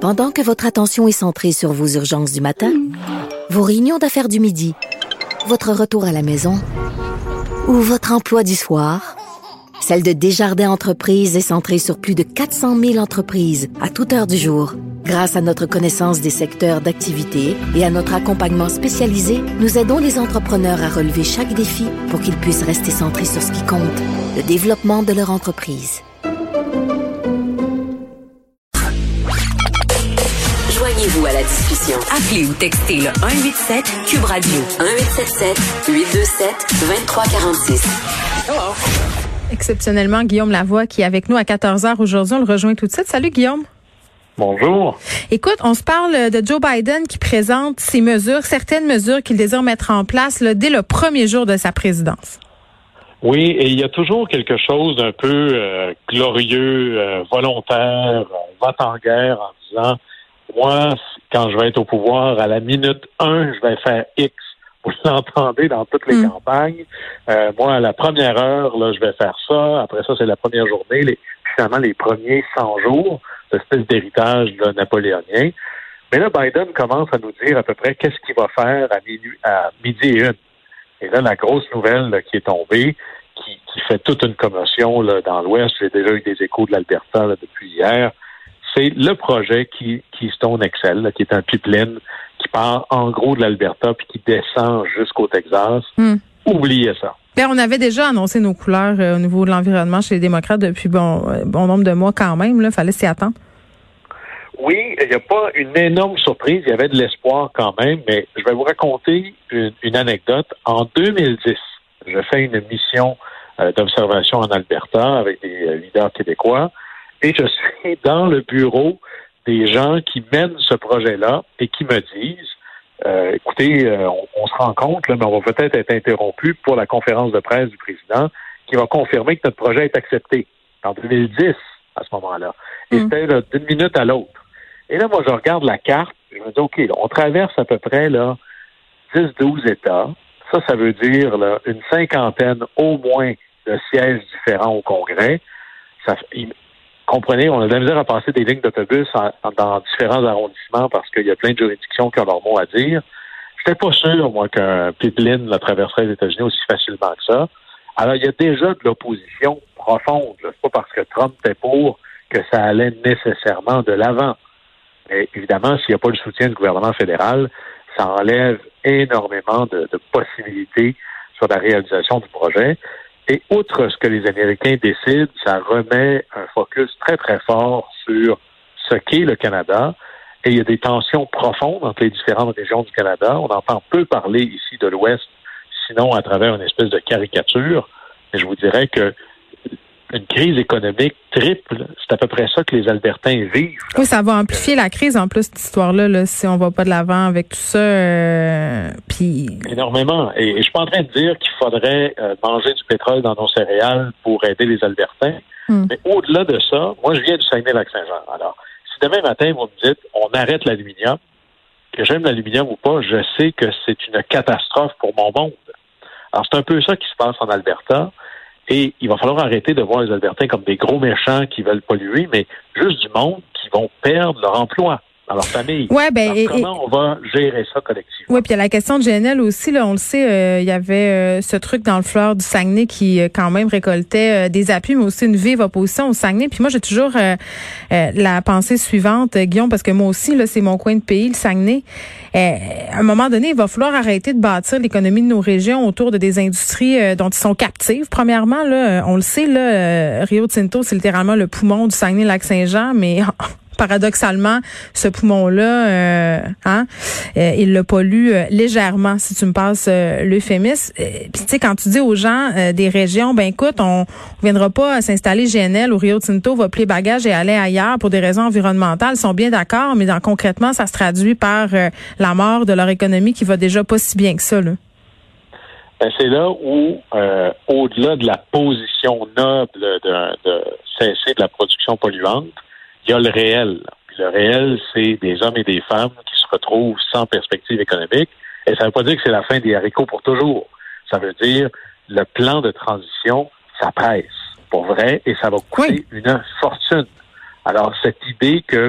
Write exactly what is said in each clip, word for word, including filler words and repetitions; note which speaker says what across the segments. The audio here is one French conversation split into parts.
Speaker 1: Pendant que votre attention est centrée sur vos urgences du matin, vos réunions d'affaires du midi, votre retour à la maison ou votre emploi du soir, celle de Desjardins Entreprises est centrée sur plus de quatre cent mille entreprises à toute heure du jour. Grâce à notre connaissance des secteurs d'activité et à notre accompagnement spécialisé, nous aidons les entrepreneurs à relever chaque défi pour qu'ils puissent rester centrés sur ce qui compte, le développement de leur entreprise.
Speaker 2: Joignez-vous à la discussion. Appelez ou textez le un huit sept Cube Radio un huit sept sept huit deux sept deux trois quatre six.
Speaker 3: Hello. Exceptionnellement, Guillaume Lavoie qui est avec nous à quatorze heures aujourd'hui. On le rejoint tout de suite. Salut Guillaume.
Speaker 4: Bonjour. Écoute,
Speaker 3: on se parle de Joe Biden qui présente ses mesures, certaines mesures qu'il désire mettre en place là, dès le premier jour de sa présidence.
Speaker 4: Oui, et il y a toujours quelque chose d'un peu euh, glorieux, euh, volontaire, euh, va en guerre en disant, moi, quand je vais être au pouvoir, à la minute un, je vais faire X. Vous l'entendez dans toutes les mmh. campagnes. Euh, moi, à la première heure, là, je vais faire ça. Après ça, c'est la première journée. Les, finalement, les premiers cent jours, cette espèce d'héritage là, napoléonien. Mais là, Biden commence à nous dire à peu près qu'est-ce qu'il va faire à midi, à midi et une. Et là, la grosse nouvelle là, qui est tombée, qui, qui fait toute une commotion là, dans l'Ouest, j'ai déjà eu des échos de l'Alberta là, depuis hier, c'est le projet qui, Keystone X L, là, qui est un pipeline qui part en gros de l'Alberta puis qui descend jusqu'au Texas. Mm. Oubliez ça.
Speaker 3: Bien, on avait déjà annoncé nos couleurs euh, au niveau de l'environnement chez les démocrates depuis bon, euh, bon nombre de mois quand même. Il fallait s'y attendre.
Speaker 4: Oui, il n'y a pas une énorme surprise. Il y avait de l'espoir quand même, mais je vais vous raconter une, une anecdote. En deux mille dix, je fais une mission euh, d'observation en Alberta avec des euh, leaders québécois et je suis dans le bureau des gens qui mènent ce projet-là et qui me disent euh, écoutez, euh, on, on se rend compte, là, mais on va peut-être être interrompu pour la conférence de presse du président qui va confirmer que notre projet est accepté en deux mille dix à ce moment-là. Et mmh. c'était là, d'une minute à l'autre. Et là, moi, je regarde la carte, je me dis, OK, là, on traverse à peu près là dix douze États. Ça, ça veut dire là, une cinquantaine au moins de sièges différents au Congrès. Ça, il, comprenez, on a de la misère à passer des lignes d'autobus en, en, dans différents arrondissements parce qu'il y a plein de juridictions qui ont leur mot à dire. Je n'étais pas sûr, moi, qu'un pipeline la traverserait les États-Unis aussi facilement que ça. Alors, il y a déjà de l'opposition profonde. C'est pas parce que Trump était pour que ça allait nécessairement de l'avant. Mais évidemment, s'il n'y a pas le soutien du gouvernement fédéral, ça enlève énormément de, de possibilités sur la réalisation du projet. Et outre ce que les Américains décident, ça remet un focus très, très fort sur ce qu'est le Canada. Et il y a des tensions profondes entre les différentes régions du Canada. On entend peu parler ici de l'Ouest, sinon à travers une espèce de caricature. Mais je vous dirais que une crise économique triple, c'est à peu près ça que les Albertains vivent. Là.
Speaker 3: Oui, ça va amplifier la crise en plus, cette histoire-là, là, si on va pas de l'avant avec tout ça. Euh, puis...
Speaker 4: Énormément. Et, et je suis pas en train de dire qu'il faudrait euh, manger du pétrole dans nos céréales pour aider les Albertains. Mm. Mais au-delà de ça, moi, je viens du Saguenay-Lac-Saint-Jean. Alors, si demain matin, vous me dites, on arrête l'aluminium, que j'aime l'aluminium ou pas, je sais que c'est une catastrophe pour mon monde. Alors, c'est un peu ça qui se passe en Alberta. Et il va falloir arrêter de voir les Albertains comme des gros méchants qui veulent polluer, mais juste du monde qui vont perdre leur emploi dans leur famille.
Speaker 3: Ouais, ben,
Speaker 4: Alors,
Speaker 3: et,
Speaker 4: comment
Speaker 3: et,
Speaker 4: on va gérer ça collectivement?
Speaker 3: Oui, puis il y a la question de G N L aussi. Là, on le sait, euh, il y avait euh, ce truc dans le fleuve du Saguenay qui euh, quand même récoltait euh, des appuis, mais aussi une vive opposition au Saguenay. Puis moi, j'ai toujours euh, euh, la pensée suivante, euh, Guillaume, parce que moi aussi, là, c'est mon coin de pays, le Saguenay. Euh, à un moment donné, il va falloir arrêter de bâtir l'économie de nos régions autour de des industries euh, dont ils sont captives. Premièrement, là, on le sait, là, euh, Rio Tinto, c'est littéralement le poumon du Saguenay-Lac-Saint-Jean, mais paradoxalement, ce poumon-là, euh, hein, euh, il le pollue euh, légèrement, si tu me passes euh, l'euphémisme. Euh, Puis tu sais, quand tu dis aux gens euh, des régions, ben écoute, on ne viendra pas s'installer G N L ou Rio Tinto va plier bagage et aller ailleurs pour des raisons environnementales, ils sont bien d'accord, mais dans, concrètement, ça se traduit par euh, la mort de leur économie qui va déjà pas si bien que ça, là.
Speaker 4: Ben, c'est là où, euh, au-delà de la position noble de, de cesser de la production polluante, il y a le réel. Puis le réel, c'est des hommes et des femmes qui se retrouvent sans perspective économique. Et ça ne veut pas dire que c'est la fin des haricots pour toujours. Ça veut dire le plan de transition, ça presse, pour vrai, et ça va coûter oui. une fortune. Alors, cette idée que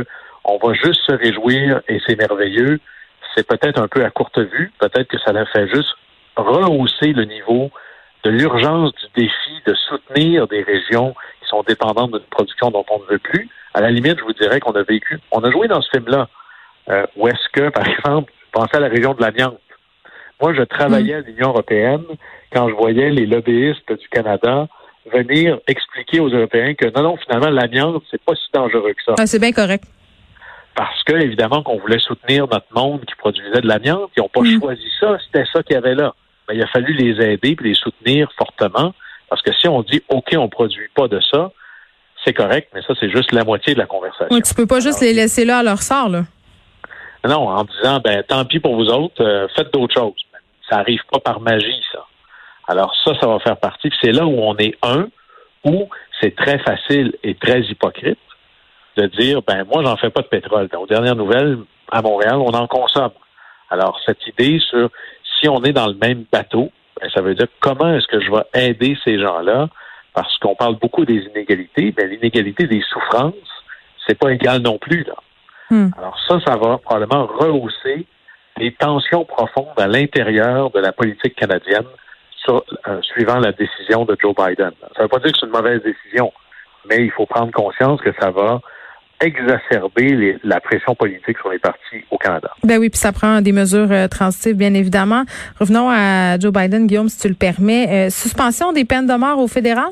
Speaker 4: on va juste se réjouir et c'est merveilleux, c'est peut-être un peu à courte vue. Peut-être que ça a fait juste rehausser le niveau de l'urgence du défi de soutenir des régions qui sont dépendantes d'une production dont on ne veut plus. À la limite, je vous dirais qu'on a vécu, on a joué dans ce film-là, euh, où est-ce que, par exemple, pensez à la région de l'amiante. Moi, je travaillais mmh. à l'Union européenne quand je voyais les lobbyistes du Canada venir expliquer aux Européens que non, non, finalement, l'amiante, c'est pas si dangereux que ça.
Speaker 3: Ah, c'est bien correct.
Speaker 4: Parce que, évidemment, qu'on voulait soutenir notre monde qui produisait de l'amiante. Ils n'ont pas mmh. choisi ça. C'était ça qu'il y avait là. Ben, il a fallu les aider et les soutenir fortement. Parce que si on dit, OK, on ne produit pas de ça, c'est correct, mais ça, c'est juste la moitié de la conversation.
Speaker 3: Oui, tu peux pas juste Alors, les laisser là à leur sort, là.
Speaker 4: Non, en disant, ben, tant pis pour vous autres, euh, faites d'autres choses. Ça n'arrive pas par magie, ça. Alors ça, ça va faire partie. Puis c'est là où on est un, où c'est très facile et très hypocrite de dire, ben moi, j'en fais pas de pétrole. Aux dernières nouvelles, à Montréal, on en consomme. Alors, cette idée sur si on est dans le même bateau, ben, ça veut dire comment est-ce que je vais aider ces gens-là? Parce qu'on parle beaucoup des inégalités, mais l'inégalité des souffrances, c'est pas égal non plus, là. Hmm. Alors ça, ça va probablement rehausser les tensions profondes à l'intérieur de la politique canadienne sur, euh, suivant la décision de Joe Biden. Ça ne veut pas dire que c'est une mauvaise décision, mais il faut prendre conscience que ça va exacerber les, la pression politique sur les partis au Canada.
Speaker 3: Ben oui, puis ça prend des mesures euh, transitives, bien évidemment. Revenons à Joe Biden, Guillaume, si tu le permets. Euh, suspension des peines de mort au fédéral?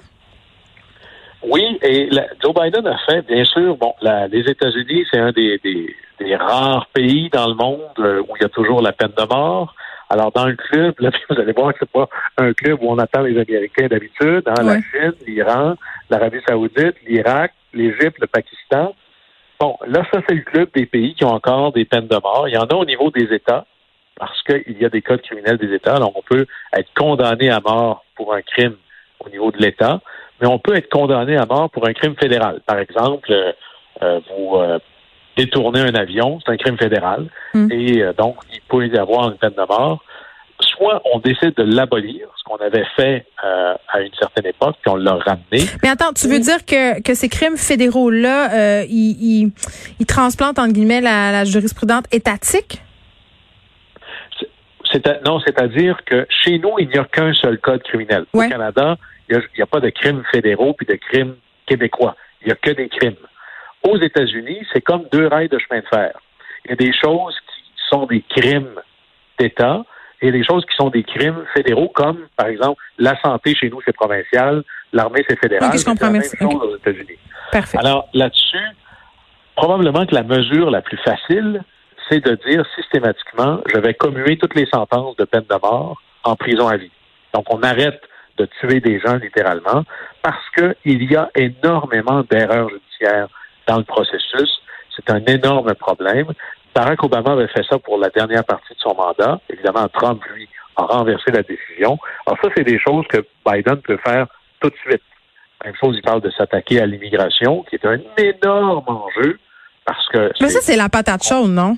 Speaker 4: Oui, et la, Joe Biden a fait, bien sûr, bon, la, les États-Unis, c'est un des, des, des rares pays dans le monde euh, où il y a toujours la peine de mort. Alors, dans le club, là, vous allez voir que c'est pas un club où on attend les Américains d'habitude, hein, ouais. La Chine, l'Iran, l'Arabie Saoudite, l'Irak, l'Égypte, le Pakistan. Bon, là, ça, c'est le club des pays qui ont encore des peines de mort. Il y en a au niveau des États, parce qu'il y a des codes criminels des États. Donc, on peut être condamné à mort pour un crime au niveau de l'État, mais on peut être condamné à mort pour un crime fédéral. Par exemple, euh, vous euh, détournez un avion, c'est un crime fédéral, mmh. et euh, donc, il peut y avoir une peine de mort. Soit on décide de l'abolir, ce qu'on avait fait euh, à une certaine époque, puis on l'a ramené.
Speaker 3: Mais attends, tu veux dire que, que ces crimes fédéraux-là, euh, ils, ils, ils transplantent, entre guillemets, la, la jurisprudence étatique?
Speaker 4: C'est à, non, c'est-à-dire que chez nous, il n'y a qu'un seul code criminel. Ouais. Au Canada, il n'y a, a pas de crimes fédéraux puis de crimes québécois. Il n'y a que des crimes. Aux États-Unis, c'est comme deux rails de chemin de fer. Il y a des choses qui sont des crimes d'État et des choses qui sont des crimes fédéraux, comme, par exemple, la santé chez nous, c'est provincial, l'armée, c'est fédéral.
Speaker 3: Okay, je comprends,
Speaker 4: c'est la même chose aux États-Unis.
Speaker 3: Parfait.
Speaker 4: Alors, là-dessus, probablement que la mesure la plus facile, c'est de dire systématiquement, je vais commuer toutes les sentences de peine de mort en prison à vie. Donc, on arrête de tuer des gens littéralement parce qu'il y a énormément d'erreurs judiciaires dans le processus. C'est un énorme problème. Barack Obama avait fait ça pour la dernière partie de son mandat. Évidemment, Trump, lui, a renversé la décision. Alors ça, c'est des choses que Biden peut faire tout de suite. Même chose, il parle de s'attaquer à l'immigration, qui est un énorme enjeu parce que...
Speaker 3: Mais ça, c'est la patate chaude, non?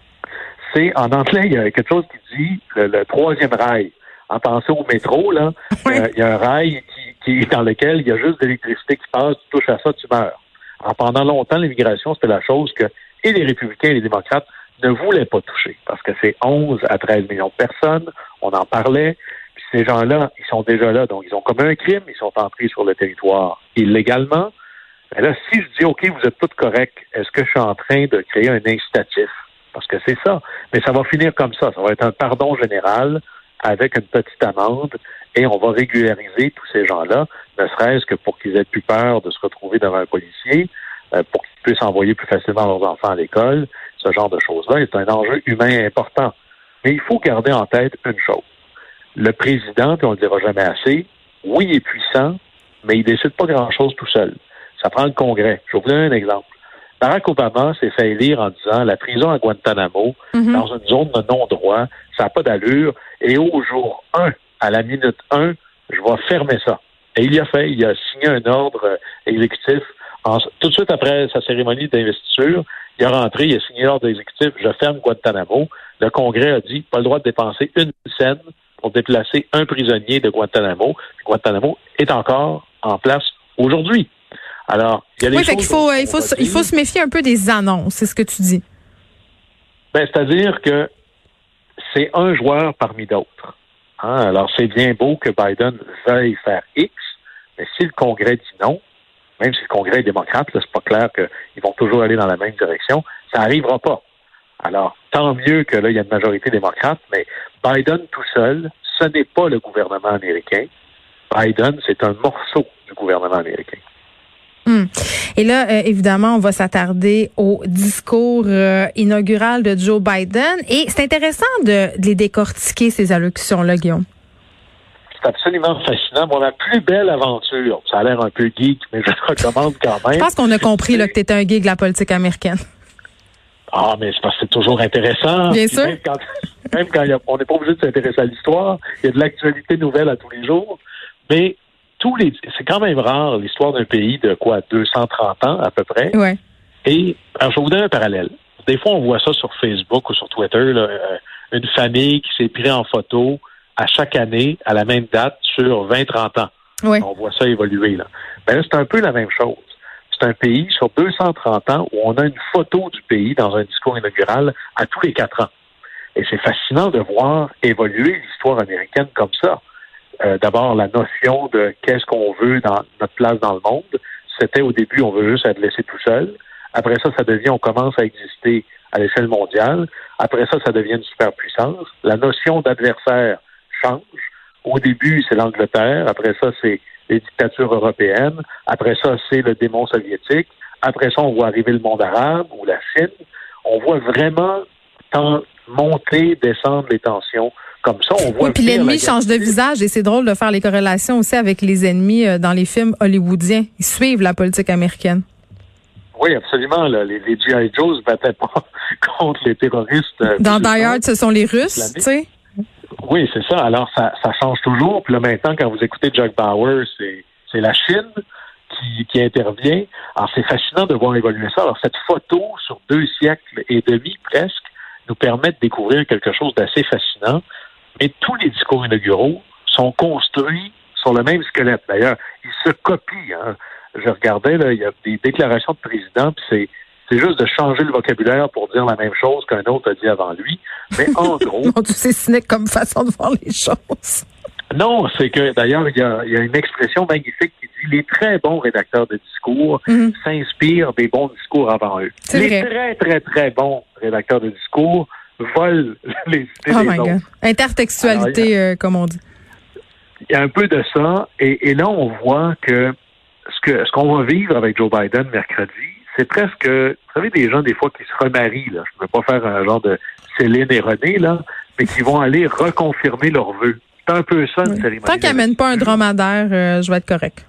Speaker 4: C'est, en anglais, il y a quelque chose qui dit le, le troisième rail. En pensant au métro, là, oui. euh, il y a un rail qui, qui, dans lequel il y a juste de l'électricité qui passe, tu touches à ça, tu meurs. Alors, pendant longtemps, l'immigration, c'était la chose que et les républicains et les démocrates ne voulaient pas toucher, parce que c'est onze à treize millions de personnes, on en parlait, puis ces gens-là, ils sont déjà là, donc ils ont commis un crime, ils sont entrés sur le territoire illégalement. Mais là, si je dis, OK, vous êtes tous corrects, est-ce que je suis en train de créer un incitatif? Parce que c'est ça. Mais ça va finir comme ça. Ça va être un pardon général avec une petite amende et on va régulariser tous ces gens-là, ne serait-ce que pour qu'ils aient plus peur de se retrouver devant un policier, euh, pour qu'ils puissent envoyer plus facilement leurs enfants à l'école, ce genre de choses-là. C'est un enjeu humain important. Mais il faut garder en tête une chose. Le président, puis on ne le dira jamais assez, oui, il est puissant, mais il décide pas grand-chose tout seul. Ça prend le Congrès. Je vais vous donner un exemple. Barack Obama s'est fait élire en disant la prison à Guantanamo, mm-hmm. dans une zone de non-droit, ça n'a pas d'allure, et au jour un, à la minute un, je vais fermer ça. Et il y a fait, il a signé un ordre euh, exécutif. En, tout de suite après sa cérémonie d'investiture, il est rentré, il a signé l'ordre exécutif, je ferme Guantanamo. Le Congrès a dit, pas le droit de dépenser une scène pour déplacer un prisonnier de Guantanamo. Guantanamo est encore en place aujourd'hui. Alors, il y a des
Speaker 3: oui,
Speaker 4: choses...
Speaker 3: fait qu'il faut, il faut, il faut se méfier un peu des annonces, c'est ce que tu dis.
Speaker 4: Ben, c'est-à-dire que c'est un joueur parmi d'autres. Hein? Alors, c'est bien beau que Biden veuille faire X, mais si le Congrès dit non, même si le Congrès est démocrate, là, c'est pas clair qu'ils vont toujours aller dans la même direction, ça n'arrivera pas. Alors, tant mieux que là, il y a une majorité démocrate, mais Biden tout seul, ce n'est pas le gouvernement américain. Biden, c'est un morceau du gouvernement américain.
Speaker 3: Hum. Et là, euh, évidemment, on va s'attarder au discours euh, inaugural de Joe Biden. Et c'est intéressant de, de les décortiquer, ces allocutions-là, Guillaume.
Speaker 4: C'est absolument fascinant. Bon, la plus belle aventure, ça a l'air un peu geek, mais je le recommande quand même.
Speaker 3: Je pense qu'on a compris là, que tu étais un geek de la politique américaine.
Speaker 4: Ah, mais c'est parce que c'est toujours intéressant.
Speaker 3: Bien
Speaker 4: Puis
Speaker 3: sûr.
Speaker 4: Même quand, même quand y a, on n'est pas obligé de s'intéresser à l'histoire, il y a de l'actualité nouvelle à tous les jours. Mais tous les, c'est quand même rare l'histoire d'un pays de quoi, deux cent trente ans à peu près.
Speaker 3: Ouais. Et
Speaker 4: alors, je vais vous donner un parallèle. Des fois, on voit ça sur Facebook ou sur Twitter, là, euh, une famille qui s'est prise en photo à chaque année, à la même date, sur vingt trente ans.
Speaker 3: Ouais.
Speaker 4: On voit ça évoluer, là. Ben là, c'est un peu la même chose. C'est un pays sur deux cent trente ans où on a une photo du pays dans un discours inaugural à tous les quatre ans. Et c'est fascinant de voir évoluer l'histoire américaine comme ça. Euh, d'abord, la notion de qu'est-ce qu'on veut dans notre place dans le monde. C'était au début, on veut juste être laissé tout seul. Après ça, ça devient, on commence à exister à l'échelle mondiale. Après ça, ça devient une superpuissance. La notion d'adversaire change. Au début, c'est l'Angleterre. Après ça, c'est les dictatures européennes. Après ça, c'est le démon soviétique. Après ça, on voit arriver le monde arabe ou la Chine. On voit vraiment tant monter, descendre les tensions. Comme ça, on voit.
Speaker 3: Oui, puis l'ennemi change de visage et c'est drôle de faire les corrélations aussi avec les ennemis euh, dans les films hollywoodiens. Ils suivent la politique américaine.
Speaker 4: Oui, absolument. Là. Les, les G I. Joe ne se battaient pas contre les terroristes. Euh,
Speaker 3: dans Die Hard, ce sont les Russes, tu sais.
Speaker 4: Oui, c'est ça. Alors, ça, ça change toujours. Puis là, maintenant, quand vous écoutez Jack Bauer, c'est, c'est la Chine qui, qui intervient. Alors, c'est fascinant de voir évoluer ça. Alors, cette photo sur deux siècles et demi, presque, nous permet de découvrir quelque chose d'assez fascinant. Mais tous les discours inauguraux sont construits sur le même squelette. D'ailleurs, ils se copient. Hein. Je regardais, là, il y a des déclarations de président, puis c'est, c'est juste de changer le vocabulaire pour dire la même chose qu'un autre a dit avant lui. Mais en gros...
Speaker 3: Mon Dieu, c'est cynique comme façon de voir les choses.
Speaker 4: Non, c'est que, d'ailleurs, il y a, il y a une expression magnifique qui dit « Les très bons rédacteurs de discours mm-hmm. s'inspirent des bons discours avant eux.
Speaker 3: C'est
Speaker 4: Les
Speaker 3: vrai.
Speaker 4: très, très, très bons rédacteurs de discours volent les idées
Speaker 3: oh
Speaker 4: des
Speaker 3: my
Speaker 4: autres.
Speaker 3: God. Intertextualité, Alors, il y a, euh, comme on dit.
Speaker 4: Il y a un peu de ça. Et, et là, on voit que ce que ce qu'on va vivre avec Joe Biden mercredi, c'est presque, vous savez, des gens, des fois, qui se remarient, là. Je ne veux pas faire un genre de Céline et René, là, mais qui vont aller reconfirmer leurs vœux. C'est un peu ça, une
Speaker 3: oui.
Speaker 4: cérémonie.
Speaker 3: Tant qu'ils n'amènent pas un dromadaire, euh, je vais être correct.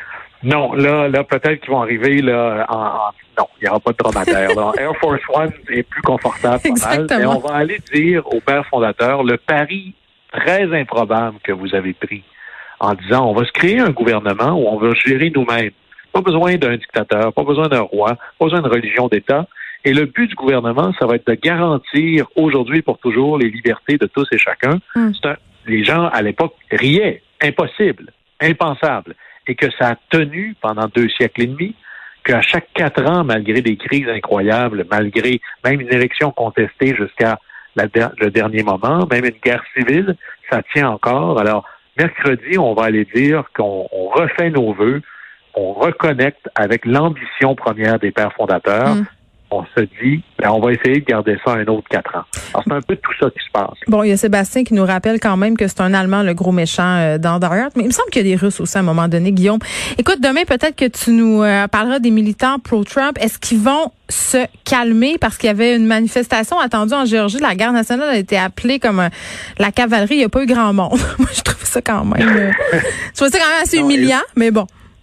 Speaker 4: Non, là, là, peut-être qu'ils vont arriver, là, en, en non, il n'y aura pas de dromadaire. Là. Air Force One est plus confortable, pas mal. Mais on va aller dire au père fondateur le pari très improbable que vous avez pris en disant, on va se créer un gouvernement où on va gérer nous-mêmes. Pas besoin d'un dictateur, pas besoin d'un roi, pas besoin d'une religion d'État. Et le but du gouvernement, ça va être de garantir aujourd'hui et pour toujours les libertés de tous et chacun. Mm. C'est un, les gens, à l'époque, riaient. Impossible, impensable. Et que ça a tenu pendant deux siècles et demi, qu'à chaque quatre ans, malgré des crises incroyables, malgré même une élection contestée jusqu'à la der- le dernier moment, même une guerre civile, ça tient encore. Alors, mercredi, on va aller dire qu'on on refait nos vœux, on reconnecte avec l'ambition première des pères fondateurs. Mm. On se dit, ben, on va essayer de garder ça un autre quatre ans. Alors, c'est un peu tout ça qui se passe.
Speaker 3: Bon, il y a Sébastien qui nous rappelle quand même que c'est un Allemand, le gros méchant euh, dans Die Hard, mais il me semble qu'il y a des Russes aussi à un moment donné, Guillaume. Écoute, demain, peut-être que tu nous euh, parleras des militants pro-Trump. Est-ce qu'ils vont se calmer parce qu'il y avait une manifestation attendue en Géorgie? La garde nationale a été appelée comme euh, la cavalerie. Il n'y a pas eu grand monde. Moi, je trouve ça quand même... Euh, je trouve ça quand même assez non, humiliant, et... mais bon.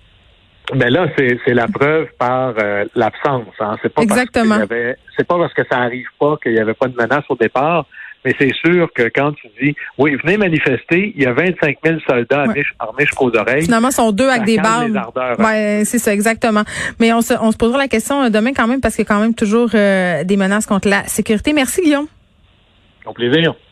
Speaker 4: Mais là, c'est, c'est la preuve par euh, l'absence. Hein. C'est pas
Speaker 3: Exactement.
Speaker 4: Parce qu'il y avait, c'est pas parce que ça arrive pas qu'il y avait pas de menace au départ, mais c'est sûr que quand tu dis, oui, venez manifester, il y a vingt-cinq mille soldats ouais. armés jusqu'aux oreilles.
Speaker 3: Finalement, sont deux avec des balles.
Speaker 4: Ardeurs,
Speaker 3: ouais, hein. C'est ça, exactement. Mais on se, on se posera la question demain quand même parce qu'il y a quand même toujours euh, des menaces contre la sécurité. Merci, Guillaume.
Speaker 4: Au plaisir.